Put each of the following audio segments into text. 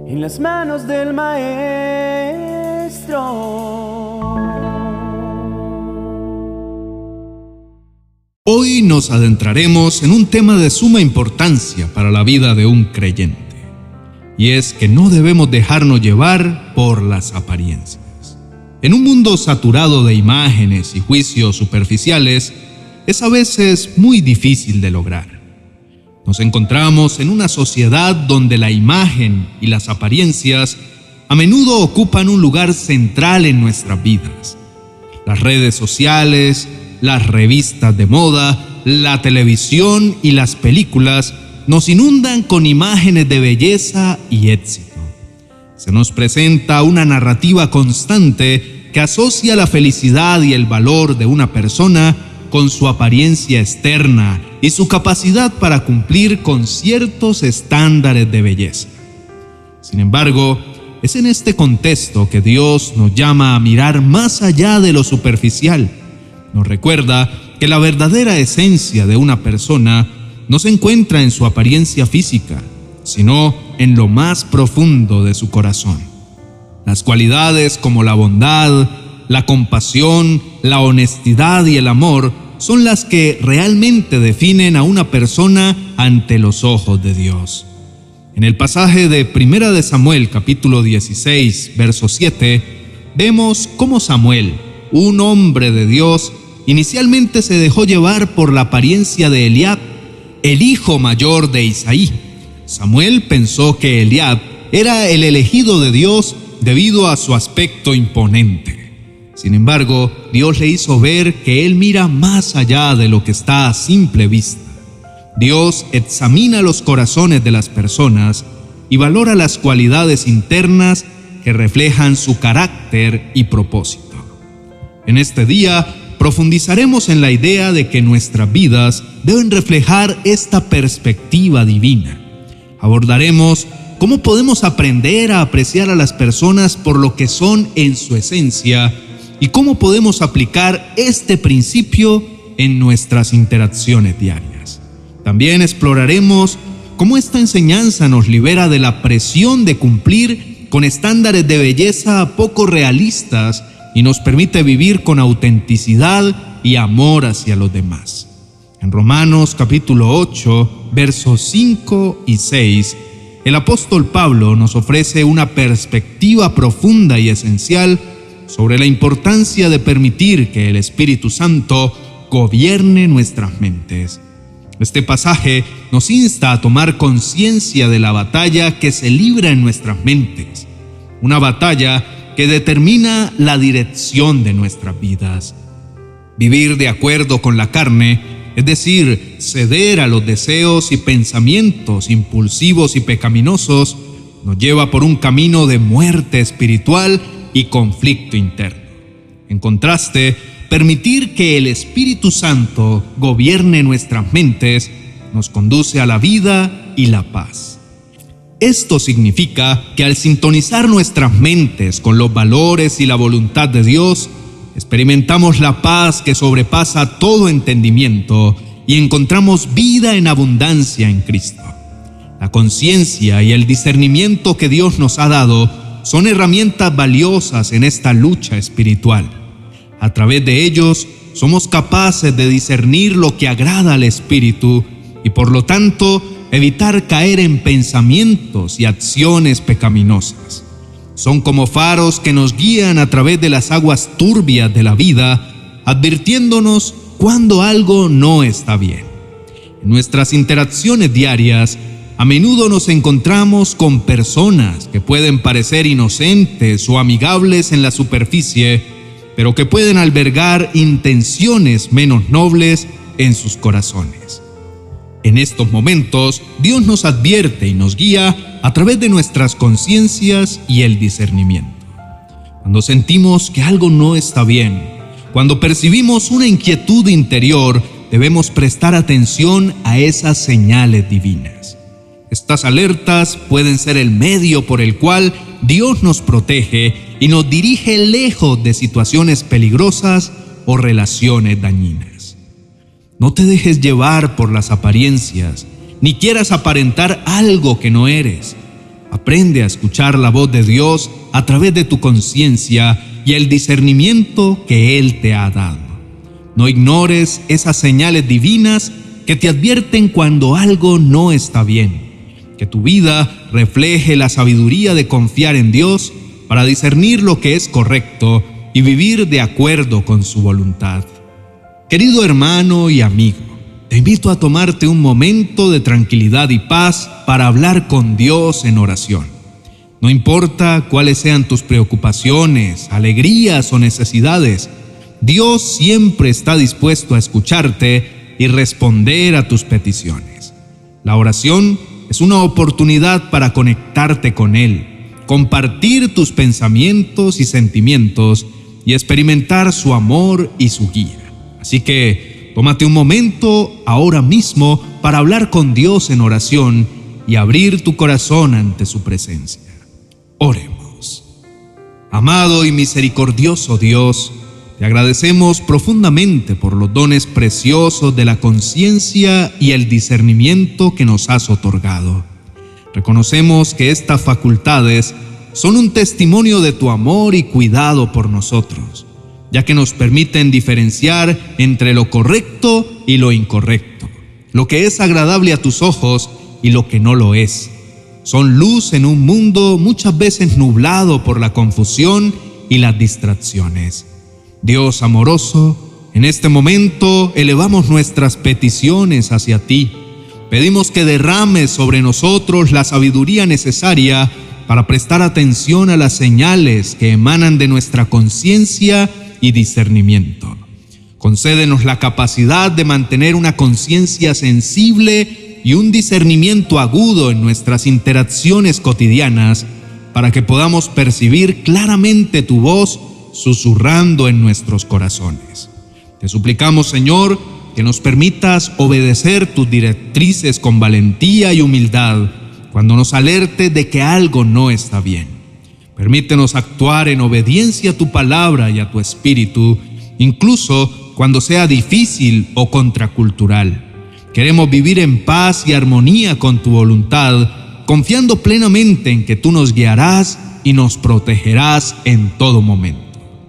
en las manos del Maestro. Hoy nos adentraremos en un tema de suma importancia para la vida de un creyente, y es que no debemos dejarnos llevar por las apariencias. En un mundo saturado de imágenes y juicios superficiales, es a veces muy difícil de lograr. Nos encontramos en una sociedad donde la imagen y las apariencias a menudo ocupan un lugar central en nuestras vidas. Las redes sociales, las revistas de moda, la televisión y las películas nos inundan con imágenes de belleza y éxito. Se nos presenta una narrativa constante que asocia la felicidad y el valor de una persona con su apariencia externa y su capacidad para cumplir con ciertos estándares de belleza. Sin embargo, es en este contexto que Dios nos llama a mirar más allá de lo superficial. Nos recuerda que la verdadera esencia de una persona no se encuentra en su apariencia física, sino en lo más profundo de su corazón. Las cualidades como la bondad, la compasión, la honestidad y el amor son las que realmente definen a una persona ante los ojos de Dios. En el pasaje de 1 de Samuel, capítulo 16, verso 7, vemos cómo Samuel, un hombre de Dios, inicialmente se dejó llevar por la apariencia de Eliab, el hijo mayor de Isaí. Samuel pensó que Eliab era el elegido de Dios debido a su aspecto imponente. Sin embargo, Dios le hizo ver que Él mira más allá de lo que está a simple vista. Dios examina los corazones de las personas y valora las cualidades internas que reflejan su carácter y propósito. En este día, profundizaremos en la idea de que nuestras vidas deben reflejar esta perspectiva divina. Abordaremos cómo podemos aprender a apreciar a las personas por lo que son en su esencia y cómo podemos aplicar este principio en nuestras interacciones diarias. También exploraremos cómo esta enseñanza nos libera de la presión de cumplir con estándares de belleza poco realistas y nos permite vivir con autenticidad y amor hacia los demás. En Romanos capítulo 8, versos 5 y 6, el apóstol Pablo nos ofrece una perspectiva profunda y esencial sobre la importancia de permitir que el Espíritu Santo gobierne nuestras mentes. Este pasaje nos insta a tomar conciencia de la batalla que se libra en nuestras mentes, una batalla que determina la dirección de nuestras vidas. Vivir de acuerdo con la carne, es decir, ceder a los deseos y pensamientos impulsivos y pecaminosos, nos lleva por un camino de muerte espiritual y conflicto interno. En contraste, permitir que el Espíritu Santo gobierne nuestras mentes nos conduce a la vida y la paz. Esto significa que al sintonizar nuestras mentes con los valores y la voluntad de Dios, experimentamos la paz que sobrepasa todo entendimiento y encontramos vida en abundancia en Cristo. La conciencia y el discernimiento que Dios nos ha dado son herramientas valiosas en esta lucha espiritual. A través de ellos somos capaces de discernir lo que agrada al Espíritu y por lo tanto evitar caer en pensamientos y acciones pecaminosas. Son como faros que nos guían a través de las aguas turbias de la vida, advirtiéndonos cuando algo no está bien. En nuestras interacciones diarias, a menudo nos encontramos con personas que pueden parecer inocentes o amigables en la superficie, pero que pueden albergar intenciones menos nobles en sus corazones. En estos momentos, Dios nos advierte y nos guía a través de nuestras conciencias y el discernimiento. Cuando sentimos que algo no está bien, cuando percibimos una inquietud interior, debemos prestar atención a esas señales divinas. Estas alertas pueden ser el medio por el cual Dios nos protege y nos dirige lejos de situaciones peligrosas o relaciones dañinas. No te dejes llevar por las apariencias, ni quieras aparentar algo que no eres. Aprende a escuchar la voz de Dios a través de tu conciencia y el discernimiento que Él te ha dado. No ignores esas señales divinas que te advierten cuando algo no está bien. Que tu vida refleje la sabiduría de confiar en Dios para discernir lo que es correcto y vivir de acuerdo con su voluntad. Querido hermano y amigo, te invito a tomarte un momento de tranquilidad y paz para hablar con Dios en oración. No importa cuáles sean tus preocupaciones, alegrías o necesidades, Dios siempre está dispuesto a escucharte y responder a tus peticiones. La oración es una oportunidad para conectarte con Él, compartir tus pensamientos y sentimientos y experimentar su amor y su guía. Así que tómate un momento ahora mismo para hablar con Dios en oración y abrir tu corazón ante su presencia. Oremos. Amado y misericordioso Dios, te agradecemos profundamente por los dones preciosos de la conciencia y el discernimiento que nos has otorgado. Reconocemos que estas facultades son un testimonio de tu amor y cuidado por nosotros, ya que nos permiten diferenciar entre lo correcto y lo incorrecto, lo que es agradable a tus ojos y lo que no lo es. Son luz en un mundo muchas veces nublado por la confusión y las distracciones. Dios amoroso, en este momento elevamos nuestras peticiones hacia ti. Pedimos que derrames sobre nosotros la sabiduría necesaria para prestar atención a las señales que emanan de nuestra conciencia y discernimiento. Concédenos la capacidad de mantener una conciencia sensible y un discernimiento agudo en nuestras interacciones cotidianas para que podamos percibir claramente tu voz susurrando en nuestros corazones. Te suplicamos, Señor, que nos permitas obedecer tus directrices con valentía y humildad cuando nos alerte de que algo no está bien. Permítenos actuar en obediencia a tu palabra y a tu espíritu, incluso cuando sea difícil o contracultural. Queremos vivir en paz y armonía con tu voluntad, confiando plenamente en que tú nos guiarás y nos protegerás en todo momento.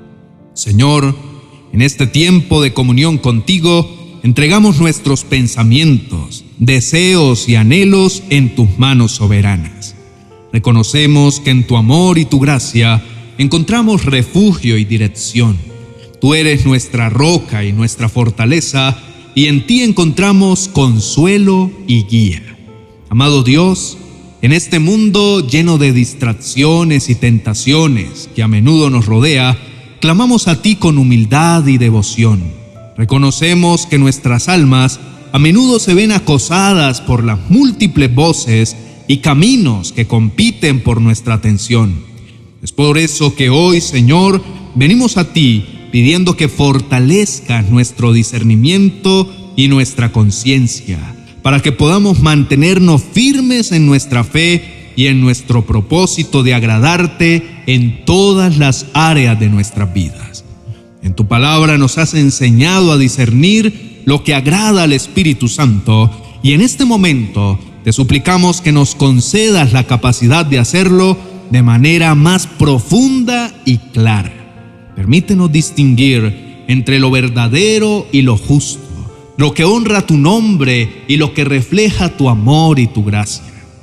Señor, en este tiempo de comunión contigo, entregamos nuestros pensamientos, deseos y anhelos en tus manos soberanas. Reconocemos que en tu amor y tu gracia encontramos refugio y dirección. Tú eres nuestra roca y nuestra fortaleza, y en ti encontramos consuelo y guía. Amado Dios, en este mundo lleno de distracciones y tentaciones que a menudo nos rodea, clamamos a ti con humildad y devoción. Reconocemos que nuestras almas a menudo se ven acosadas por las múltiples voces y caminos que compiten por nuestra atención. Es por eso que hoy, Señor, venimos a ti pidiendo que fortalezcas nuestro discernimiento y nuestra conciencia, para que podamos mantenernos firmes en nuestra fe y en nuestro propósito de agradarte en todas las áreas de nuestras vidas. En tu palabra nos has enseñado a discernir lo que agrada al Espíritu Santo, y en este momento te suplicamos que nos concedas la capacidad de hacerlo de manera más profunda y clara. Permítenos distinguir entre lo verdadero y lo justo, lo que honra tu nombre y lo que refleja tu amor y tu gracia.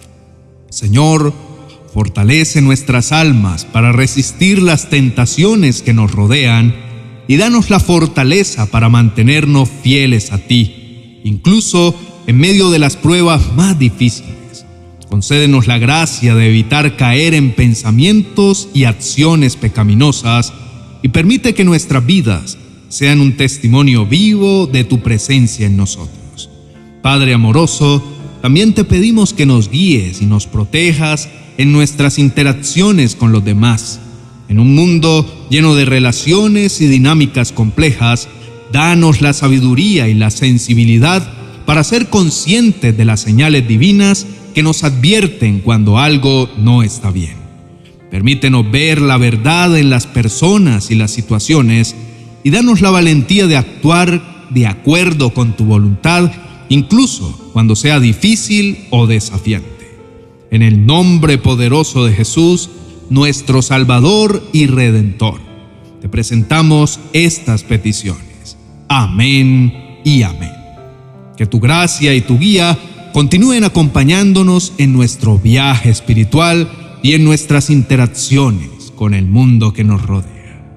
Señor, fortalece nuestras almas para resistir las tentaciones que nos rodean y danos la fortaleza para mantenernos fieles a ti, incluso en medio de las pruebas más difíciles. Concédenos la gracia de evitar caer en pensamientos y acciones pecaminosas y permite que nuestras vidas sean un testimonio vivo de tu presencia en nosotros. Padre amoroso, también te pedimos que nos guíes y nos protejas en nuestras interacciones con los demás. En un mundo lleno de relaciones y dinámicas complejas, danos la sabiduría y la sensibilidad para ser conscientes de las señales divinas que nos advierten cuando algo no está bien. Permítenos ver la verdad en las personas y las situaciones y danos la valentía de actuar de acuerdo con tu voluntad, incluso cuando sea difícil o desafiante. En el nombre poderoso de Jesús, nuestro Salvador y Redentor, te presentamos estas peticiones. Amén y amén. Que tu gracia y tu guía continúen acompañándonos en nuestro viaje espiritual y en nuestras interacciones con el mundo que nos rodea.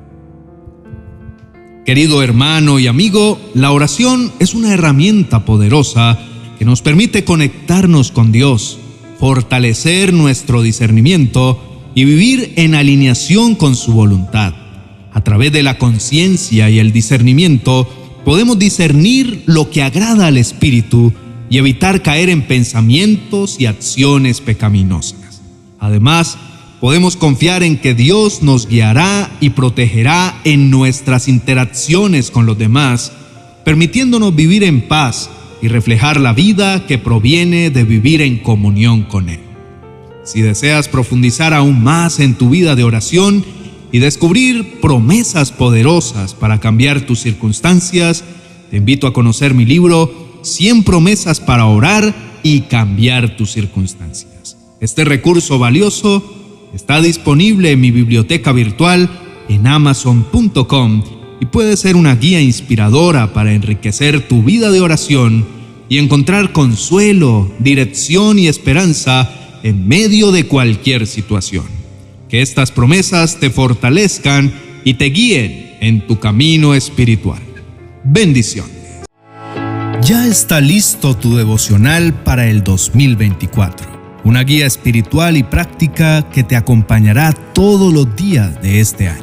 Querido hermano y amigo, la oración es una herramienta poderosa que nos permite conectarnos con Dios, fortalecer nuestro discernimiento y vivir en alineación con su voluntad. A través de la conciencia y el discernimiento, podemos discernir lo que agrada al Espíritu y evitar caer en pensamientos y acciones pecaminosas. Además, podemos confiar en que Dios nos guiará y protegerá en nuestras interacciones con los demás, permitiéndonos vivir en paz y reflejar la vida que proviene de vivir en comunión con Él. Si deseas profundizar aún más en tu vida de oración y descubrir promesas poderosas para cambiar tus circunstancias, te invito a conocer mi libro 100 promesas para orar y cambiar tus circunstancias. Este recurso valioso está disponible en mi biblioteca virtual en Amazon.com y puede ser una guía inspiradora para enriquecer tu vida de oración y encontrar consuelo, dirección y esperanza en medio de cualquier situación. Que estas promesas te fortalezcan y te guíen en tu camino espiritual. Bendiciones. Ya está listo tu devocional para el 2024. Una guía espiritual y práctica que te acompañará todos los días de este año.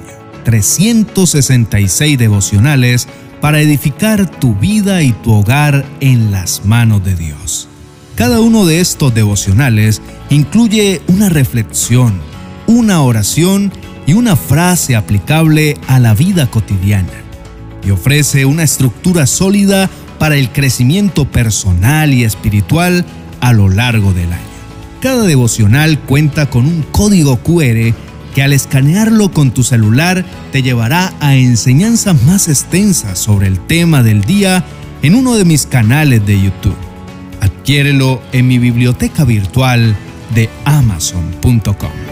366 devocionales para edificar tu vida y tu hogar en las manos de Dios. Cada uno de estos devocionales incluye una reflexión, una oración y una frase aplicable a la vida cotidiana, y ofrece una estructura sólida para el crecimiento personal y espiritual a lo largo del año. Cada devocional cuenta con un código QR que al escanearlo con tu celular te llevará a enseñanzas más extensas sobre el tema del día en uno de mis canales de YouTube. Adquiérelo en mi biblioteca virtual de Amazon.com.